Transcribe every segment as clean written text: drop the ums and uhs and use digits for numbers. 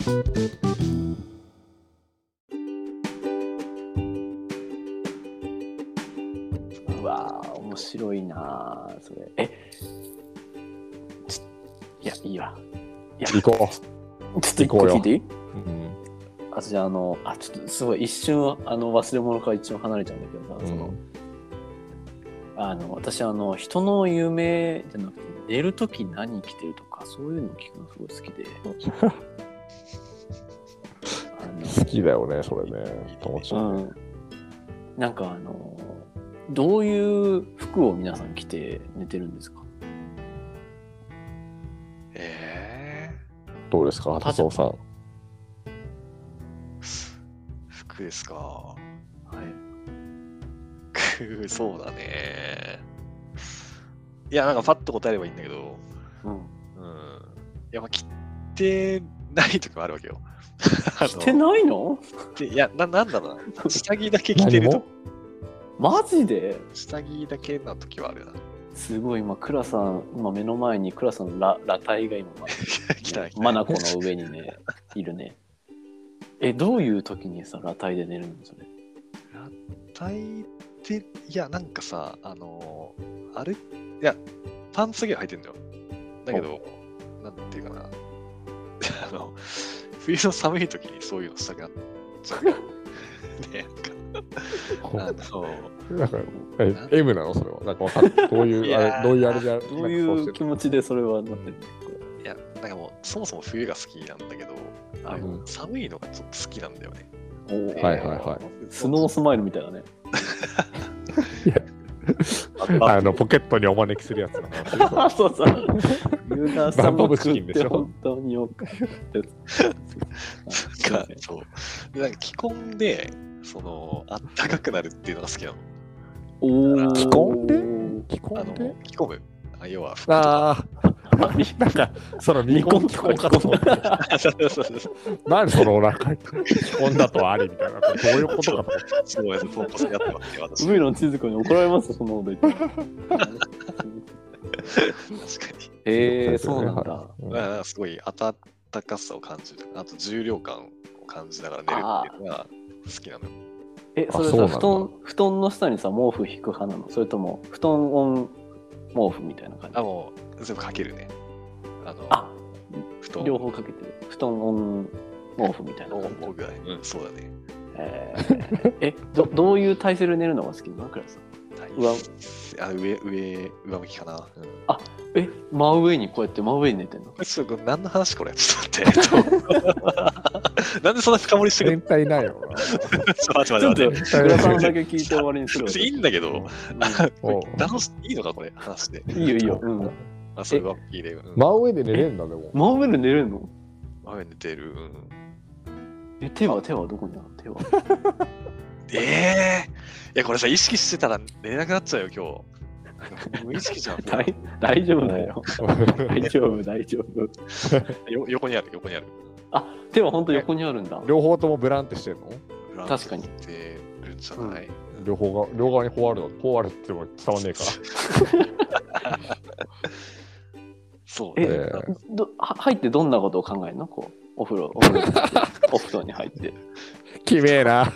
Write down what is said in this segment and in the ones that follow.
うわー、面白いなそれ。いや、いいわ。 行こう。ちょっと一個聞いていい？私ちょっとすごい一瞬忘れ物から一瞬離れちゃうんだけどさ、私人の夢じゃなくて寝るとき何着てるとかそういうの聞くのすごい好きで。 好きだよねそれね、友達はね。 なんかどういう服を皆さん着て寝てるんですか？ どうですか、達夫さん。 服ですか。 はい。 そうだね。いや、なんかパッと答えればいいんだけど、いや、着てない時もあるわけよ。 着てないの？ いや、なんだろうな。下着だけ着てると。 マジで？ 下着だけの時はあるな。 すごい今目の前にクラさんの裸体が今マナコの上にねいるね。どういう時にさ裸体で寝るのそれ？ 裸体っていやなんかさいやパンツだけは履いてんだよ。だけどなんていうかな冬の寒い時にそういうのしたくなっちゃう。ねなんか M なのそれは。なんかわかんない。どういう気持ちでそれはなってるの？ いやなんかもうそもそも冬が好きなんだけど、寒いのがちょっと好きなんだよね。 はいはいはい。 スノースマイルみたいなね。 ポケットにお招きするやつなの。 そうそう。ユナさんも食って本当によく。 なんか着込んであったかくなるっていうのが好きなの。 着込んで着込む。要は服とか。 なんかその見込ん着込んかと思って。何そのお腹着込んだとありみたいな。どういうことかと思って。 すごいポンポスやってますね私。 海の千鶴子に怒られますそのこと言って。確かに。 そうなんだ。 すごい暖かさを感じる。あと重量感を感じながら寝るっていうのが好きなのよ。 それさ布団の下にさ毛布引く派なの？それとも布団オン毛布みたいな感じ？ もう全部かけるね。 布団両方かけてる。布団オン毛布みたいな感じ。 ぐらい。そうだね。 どういう体勢で寝るのが好きなのクラス？ 上向きかな。 真上にこうやって真上に寝てんの？ 何の話これ？ちょっと待って。なんでそんな深掘りしてくる？ 全体ないよな。 ちょっとクラさんだけ聞いて終わりにする。 いいんだけど。いいのかこれ話して。 いいよ。 それはいいね。 真上で寝れるんだでも。 真上で寝れるの？ 真上で寝てる。 手はどこにある？手は。 いやこれさ意識してたら寝れなくなっちゃうよ今日。無意識じゃん。 大丈夫だよ。大丈夫。 横にある。 手は本当横にあるんだ。 両方ともブランってしてるの？ 確かに。 してるんじゃない？ 両側にこうあるっても伝わんねえか。 そう入ってどんなことを考えるの？こうお風呂お布団に入って。 きめえな。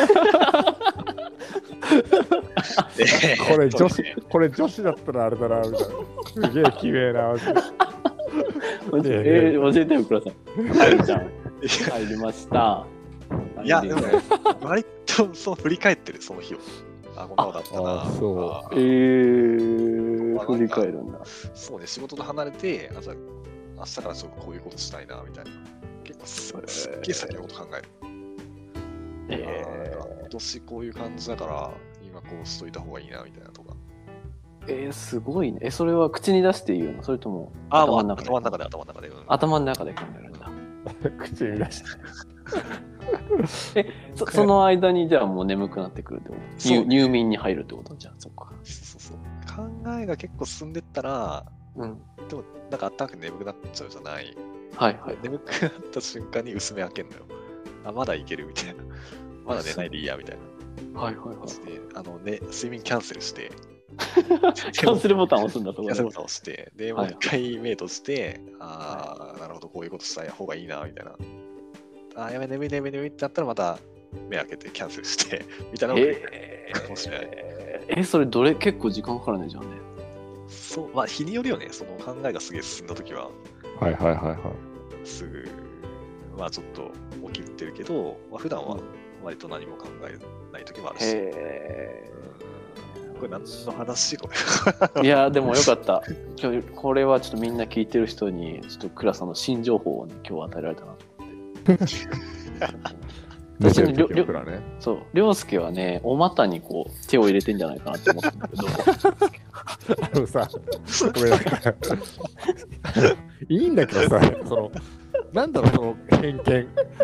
これ女子だったらあれだなみたいな。すげえきめえな。 教えてよください。入りました。 いやでも割とそう振り返ってるその日を。こんなのだったな。 そう。 振り返るんだ。 そうね、仕事と離れて、明日からちょっとこういうことしたいなみたいな。結構すっげえ先のこと考える。今年こういう感じだから今こうしといた方がいいなみたいなとか。 すごいね。それは口に出して言うの？それとも頭の中で？頭の中で考えるんだ。 口に出して。 その間にじゃあもう眠くなってくるってこと？入眠に入るってこと？じゃあそっか。 そう考えが結構進んでったら、でもなんかあったかく眠くなっちゃうじゃない。眠くなった瞬間に薄め開けんのよ。まだいけるみたいな。まだ寝ないでいいやみたいな。睡眠キャンセルして。 キャンセルボタンを押すんだと。 キャンセルボタンを押して、で、もう一回目閉じて、なるほど、こういうことした方がいいなみたいな。 やめ眠いってなったらまた目開けてキャンセルしてみたいなのがかもしれない。 それ結構時間かかるねじゃんね。 そう、日によるよね。その考えがすげえ進んだときは。 はいはいはいはい。 すぐ、ちょっと起きてるけど、普段は割と何も考えないときもあるし。これ何の話これ。いや、でもよかった。今日これはちょっとみんな聞いてる人に、ちょっと倉さんの新情報を、ね、今日与えられたなと思って。私ね、そう、涼介はね、お股にこう手を入れてんじゃないかなって思ったんだけど。 さ、ごめんなさい。いいんだけどさ、なんだろう、その偏見。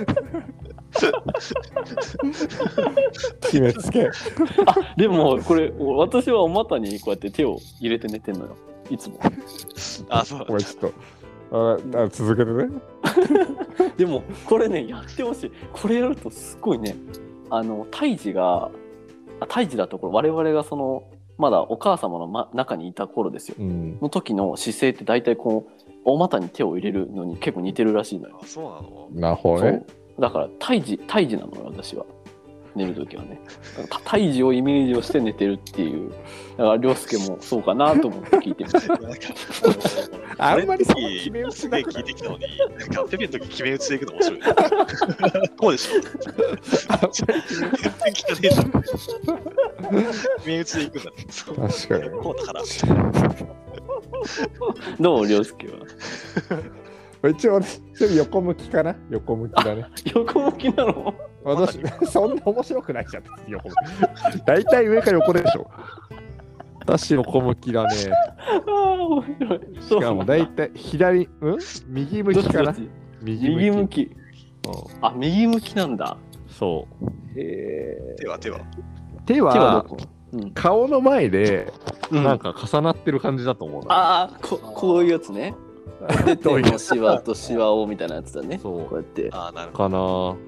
決めつけ。 でもこれ私はお股にこうやって手を入れて寝てんのよ、いつも。 そう。 これちょっと続けてね。 でもこれねやってほしい。これやるとすごいね、胎児だところ我々がまだお母様の、中にいた頃ですよ、の時の姿勢って大体こうお股に手を入れるのに結構似てるらしいのよ。 そうなの？ なるほどね。 だから胎児なのよ私は。寝るときはね、胎児をイメージをして寝てるっていう。だから涼介もそうかなと思って聞いてみた。 あんまりその決め打ちで聞いてきたのに、ペペの時決め打ちでいくの面白い。こうでしょ。全然聞かねえじゃん。決め打ちでいくんだ。 確かに。 こうだから。 どう涼介は。 一応横向きかな。横向きだね。 横向きなの？ 私そんな面白くないじゃん。横向き。大体上か横でしょ。私横向きだね。 面白い。 しかも大体右向きかな。 右向き。右向きなんだ。 そう。 手は顔の前でなんか重なってる感じだと思う。 こういうやつね。で手のシワとシワをみたいなやつだね。 そうこうやって。 なるほど。 かな。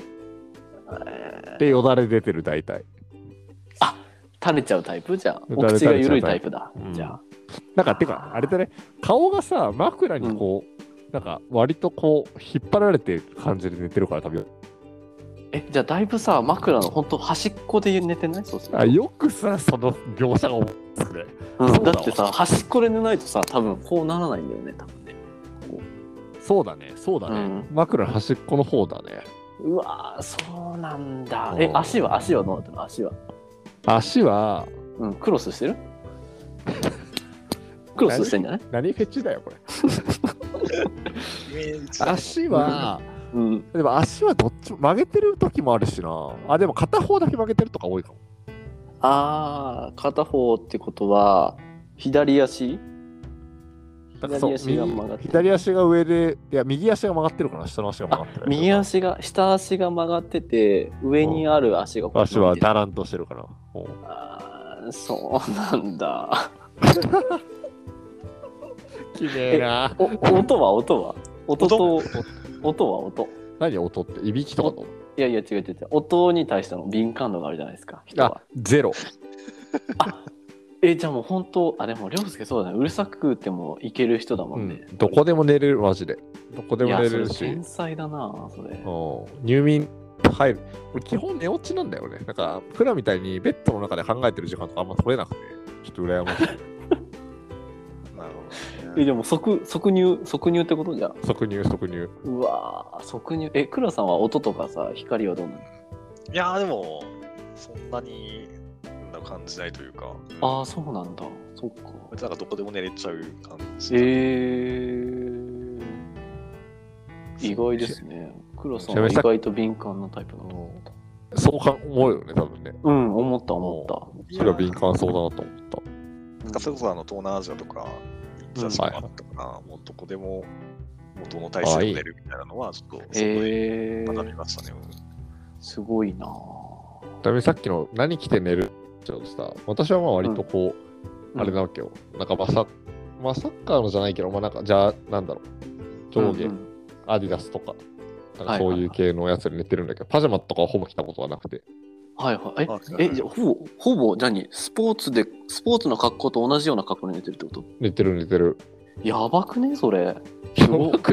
でよだれ出てる大体。 垂れちゃうタイプじゃん。お口が緩いタイプだ。じゃあ。 なんかてかあれだね。顔がさ枕にこう、なんか割とこう引っ張られてる感じで寝てるから多分。 じゃあだいぶさ枕の本当端っこで寝てない？そうするよくさその描写が思うんですね。 だってさ端っこで寝ないとさ多分こうならないんだよね多分ね。 そうだね。枕の端っこの方だね。 うわそうなんだ。足はどうなってるの？足はクロスしてる？クロスしてんじゃない？ 何フェチだよこれ。足はでも足はどっちも曲げてる時もあるしな。でも片方だけ曲げてるとか多いかも。 片方ってことは左足？ 左足が上で、いや右足が曲がってるから下の足が曲がってる。 下足が曲がってて上にある足が足はだらんとしてるから。 そうなんだ。 きれいな。 音は何音って？いびきとかの？ いや違う。音に対しての敏感度があるじゃないですか。人はゼロ。 じゃあもう本当でも涼介そうだね。うるさくてもいける人だもんね。 どこでも寝れるマジで。どこでも寝れるし。 天才だなそれ。 入眠入る。俺基本寝落ちなんだよね。なんかプラみたいにベッドの中で考えてる時間とかあんま取れなくて、ちょっと羨ましい。 なるほど。 でも即入ってことじゃん。 即入。 うわ即入。クラさんは音とかさ光はどうなの？ いやでもそんなに感じないというか。 そうなんだ。そっか。 なんかどこでも寝れちゃう感じ。 意外ですね。クラさんは意外と敏感なタイプなの。 そう思うよね多分ね。 思った。 それは敏感そうだなと思った。 なんかそれこそ東南アジアとか行った時もあったかな。もうどこでも元の体勢で寝るみたいなのはちょっとすごい学びましたね。 すごいな。 さっきの何着て寝るってさ、私は割とこう、あれなわけよ。なんかサッカーのじゃないけど、なんかじゃあなんだろう、上下、アディダスとか、なんかそういう系のやつで寝てるんだけど、パジャマとかはほぼ着たことはなくて。 じゃあほぼ何スポーツの格好と同じような格好で寝てるってこと？ 寝てる。 やばくねそれ。 やばくない。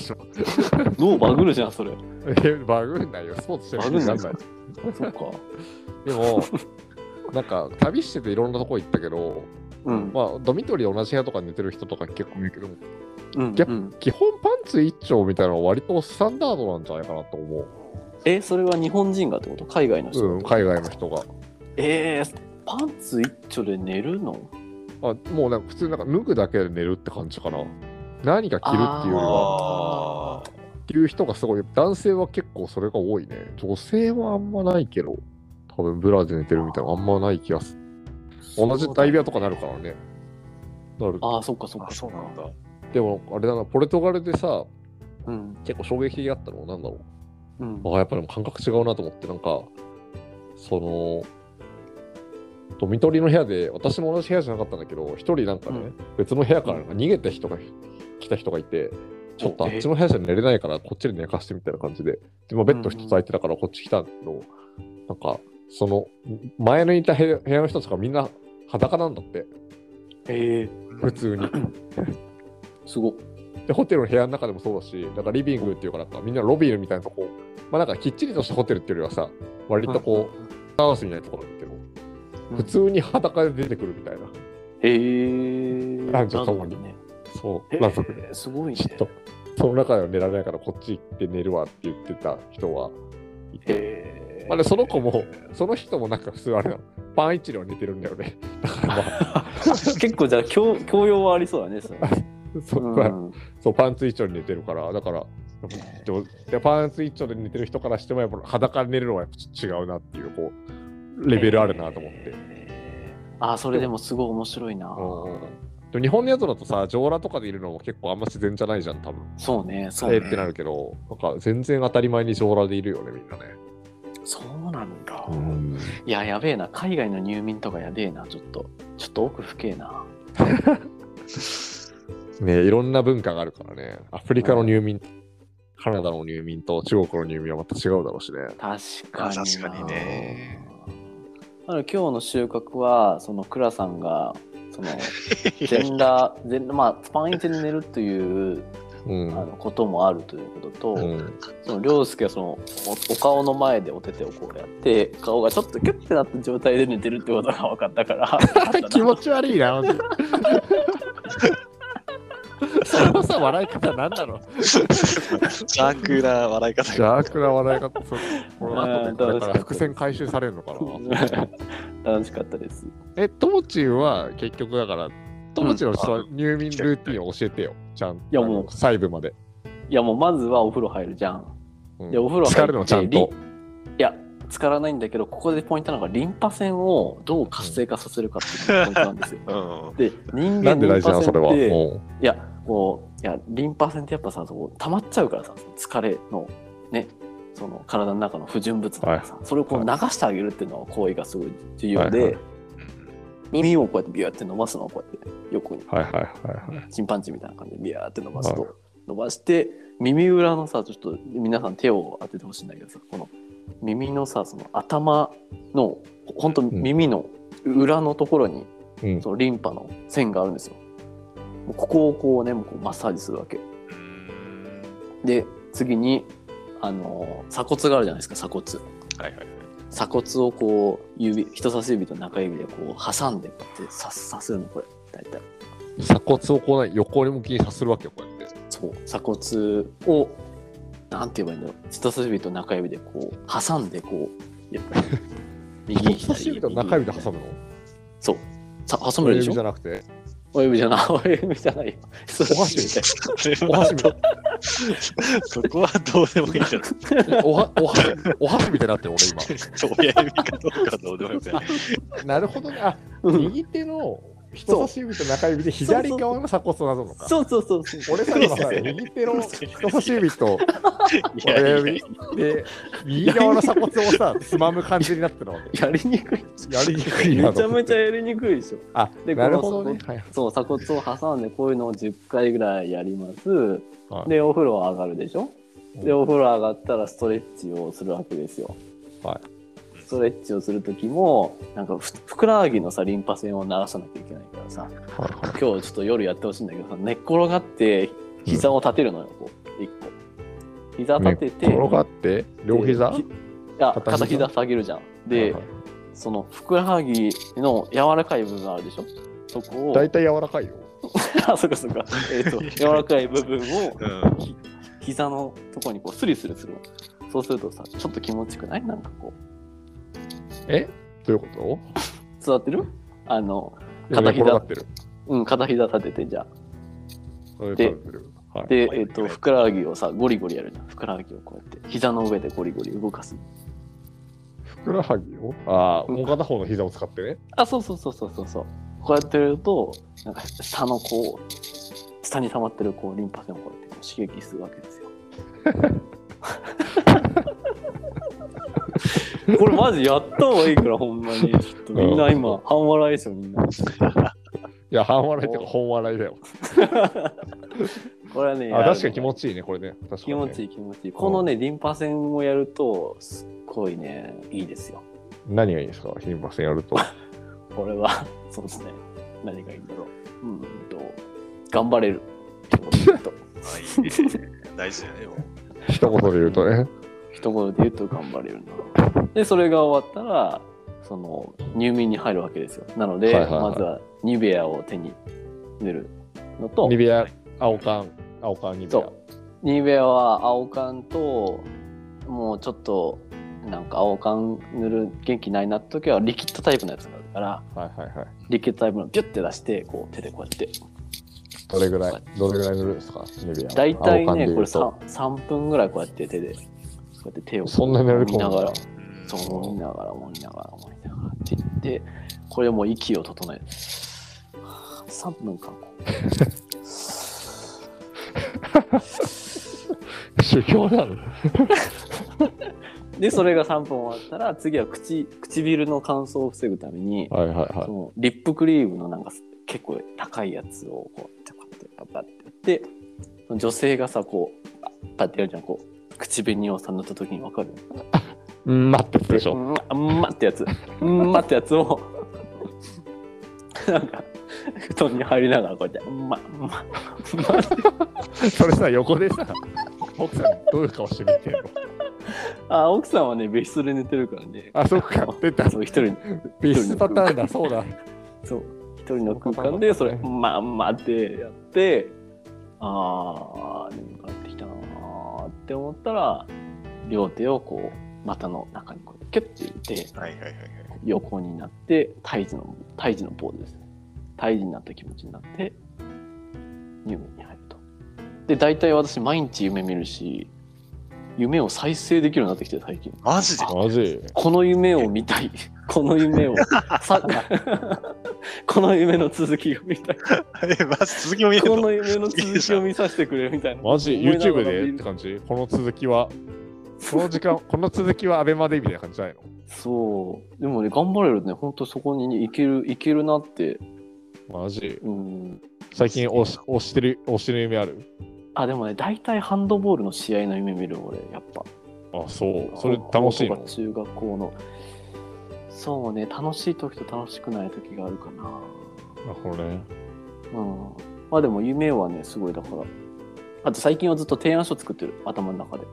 しょ。 脳バグるじゃん、それ。 バグんないよ、スポーツしてる人なんない。 そっか。 でも、なんか旅してていろんなとこ行ったけど、まあドミトリー同じ部屋とか寝てる人とか結構いるけど、基本パンツ一丁みたいなのは割とスタンダードなんじゃないかなと思う。 それは日本人がってこと？海外の人？ 海外の人が。 パンツ一丁で寝るの？ もうなんか普通なんか脱ぐだけで寝るって感じかな。何か着るっていうよりはっていう人がすごい。男性は結構それが多いね。女性はあんまないけど、多分ブラで寝てるみたいなのあんまない気がする。同じ大部屋とかなるからね。そっかそっか。 そうなんだ。 でもあれだな、ポルトガルでさ、結構衝撃的だったのなんだろう。やっぱり感覚違うなと思って、なんかそのドミトリーの部屋で、私も同じ部屋じゃなかったんだけど、一人なんかね、別の部屋から逃げた人が来た人がいて、ちょっとあっちの部屋じゃ寝れないからこっちで寝かしてみたいな感じで、でもベッド一つ空いてたからこっち来たんだけど、なんかその前のいた部屋の人たちがみんな裸なんだって。普通に。 すごっ。 で、ホテルの部屋の中でもそうだし、なんかリビングっていうかなんかみんなロビーみたいなとこ、まあなんかきっちりとしたホテルっていうよりはさ、割とこう、ハウスみたいなところだけど、普通に裸で出てくるみたいな。男女ともに。そう。なんかすごいね。 ちょっと、その中では寝られないからこっち行って寝るわって言ってた人はいて。でその子も、その人もなんか普通あれなの。パン一両寝てるんだよね。だからまあ。 結構じゃあ教養はありそうだね、それ。 そう、パンツ一丁で寝てるから、だから、パンツ一丁で寝てる人からしてもやっぱ裸で寝るのはやっぱ違うなっていう、こう、レベルあるなと思って。 それでもすごい面白いな。 でも日本のやつだとさ、上裸とかでいるのも結構あんま自然じゃないじゃん、多分。 そうね。 ってなるけど、なんか全然当たり前に上裸でいるよね、みんなね。 そうなんだ。いや、やべえな。海外の入民とかやべえな、ちょっと奥深えな。 ね、いろんな文化があるからね。アフリカの入民、カナダの入民と中国の入民はまた違うだろうしね。 確かにね。 今日の収穫は、その倉さんが、そのまあ、スパンイチで寝るという、こともあるということと、その涼介はそのお顔の前でお手手をこうやって顔がちょっとキュッてなった状態で寝てるってことが分かったから気持ち悪いなそのさ笑い方なんだろう邪悪な笑い方邪悪な笑い方この後でだから伏線回収されるのかな楽しかったです。 ともちんは結局だからともちんの入眠ルーティンを教えてよちゃんと。いやもう細部まで。 いやもうまずはお風呂入るじゃん。でお風呂入って浸かるのちゃんと。 いや浸からないんだけど、ここでポイントなのがリンパ腺をどう活性化させるかっていうのがポイントなんですよ。で人間リンパ腺ってリンパ腺ってやっぱさ溜まっちゃうからさ、疲れのねその体の中の不純物とかさ、それをこう流してあげるっていうのは行為がすごい重要で、耳をこうやってビューって伸ばすのをこうやって横に、チンパンジーみたいな感じでビューって伸ばすと、伸ばして耳裏のさ、ちょっと皆さん手を当ててほしいんだけどさ、この耳のさ、その頭の本当耳の裏のところに、そのリンパの線があるんですよ。ここをこうね、こうマッサージするわけで、次に鎖骨があるじゃないですか、鎖骨。鎖骨をこう人差し指と中指でこう挟んでこうやってさするの、これ大体。 鎖骨をこう横に向きにさするわけよ、こうやって。 そう、鎖骨をなんて言えばいいんだろう、人差し指と中指でこう挟んでこうやっぱり右人差し指と中指で挟むの？ そう、挟むでしょ。 親指じゃなくて。 親指じゃない、親指じゃないよ。 お箸みたいな。お箸みたいな。 そこはどうでもいいじゃん。 お箸みたいになってる俺今。 親指かどうかどうでもいい。 なるほどね。右手の人差し指と中指で左側の鎖骨をなぞるのか。 そう。 俺さ、右手の人差し指と親指で右側の鎖骨をさ、つまむ感じになってるの。 やりにくい。 めちゃめちゃやりにくいでしょ。 で、なるほどね。 そう、鎖骨を挟んでこういうのを10回ぐらいやります。で、お風呂上がるでしょ。で、お風呂上がったらストレッチをするわけですよ。ストレッチをするときもなんかふくらはぎのさリンパ腺を流さなきゃいけないからさ、今日ちょっと夜やってほしいんだけどさ、寝っ転がって膝を立てるのよ、こう 1個。膝立てて、 転がって、両膝？ 片膝下げるじゃん。で、そのふくらはぎの柔らかい部分あるでしょ。そこを。 大体柔らかいよ。 あ、そっか。柔らかい部分を、膝のところにこうスリスリするの。そうするとさ、ちょっと気持ちくない？なんかこう。 どういうこと？ 座ってる？ 片膝立ってる。 片膝立てて、じゃあ。で、ふくらはぎをさ、ゴリゴリやるじゃん。ふくらはぎをこうやって、膝の上でゴリゴリ動かす。 ふくらはぎを？もう片方の膝を使ってね。 そう。こうやってやると、なんか下のこう、下に溜まってるこうリンパ腺をこうやってこう刺激するわけですよ。これマジやった方がいいから、ほんまに。ちょっとみんな今、半笑いですよ、みんな。 いや、半笑いっていうか、本笑いだよ。 これはね、 確かに気持ちいいね、これね。確かにね、 気持ちいい。このね、リンパ腺をやると、すっごいね、いいですよ。 何がいいですか、リンパ腺やると。 これは、そうですね。何がいいんだろう。頑張れる。 いいね。大事だね、もう。 一言で言うとね。 一言で言うと頑張れるな。で、それが終わったら、その入眠に入るわけですよ。なので、まずはニベアを手に塗るのと、 ニベア、青缶ニベア。 そう。ニベアは青缶と、もうちょっとなんか青缶塗る元気ないなって時はリキッドタイプのやつがあるから、リキッドタイプのビュッて出してこう手でこうやって。 どれぐらい塗るんですか、ニベア。 だいたいね、これ 3分ぐらいこうやって手で、こうやって手をそんなに塗り込みながら、そう思いながらって言って、これも息を整える。3分間こう。修行なので、それが3分終わったら、次は唇の乾燥を防ぐために、そのリップクリームのなんか結構高いやつをこうやってパッてやって、女性がさ、こう、パッてやるじゃん、こう、口紅をさ、塗った時に分かる？ 待ってでしょ。 待ってやつを、なんか、布団に入りながらこうやって、 それさ、横でさ、奥さんどういう顔して見てるの？奥さんはね、別室で寝てるからね。 そっか、出た。 そう、一人。 別室パターンだ、そうだ。 そう、一人の空間で、それ、ってやって、眠くなってきたなーって思ったら、両手をこう、股の中にこうキュッて入れて、横になって、胎児のポーズですね。胎児になった気持ちになって、夢に入ると。で、大体私、毎日夢見るし、夢を再生できるようになってきて、最近。 マジで？ この夢を見たい。この夢をこの夢の続きが見たい。 続きを見るの？ この夢の続きを見させてくれみたいな。 マジ YouTube でって感じ？この続きはこの続きはアベマでみたいな感じじゃないの？ そう。でもね、頑張れるね。本当そこに、ね、いけるなって。 マジ？最近推してる夢ある？ でもね、大体ハンドボールの試合の夢見る俺、やっぱ。 そう。それ楽しいの？ 中学校の。そうね、楽しい時と楽しくない時があるかな。なるほどね。 でも夢はね、すごいだから。あと最近はずっと提案書作ってる、頭の中で。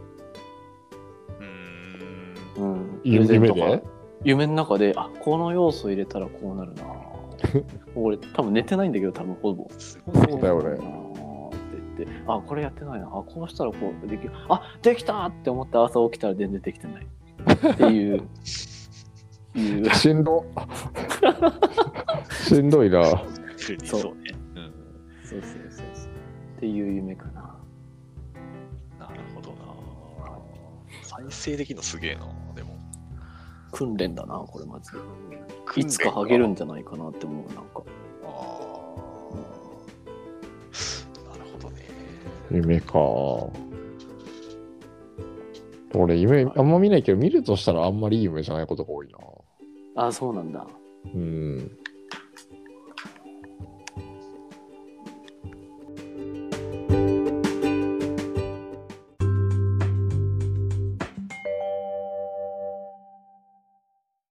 夢の中で、この要素入れたらこうなるな。俺、多分寝てないんだけど、多分ほぼ。 そうだよね。 これやってないな。こうしたらこうできる。できたって思って朝起きたら全然できてない。っていう。 しんどいな。 そうね。 そう。っていう夢かな。 なるほどな。再生できるのすげえな。でも。 訓練だな、これまず。いつかハゲるんじゃないかなって思う、なんか。 なるほどね。 夢か。俺、夢あんま見ないけど、見るとしたらあんまりいい夢じゃないことが多いな。 そうなんだ。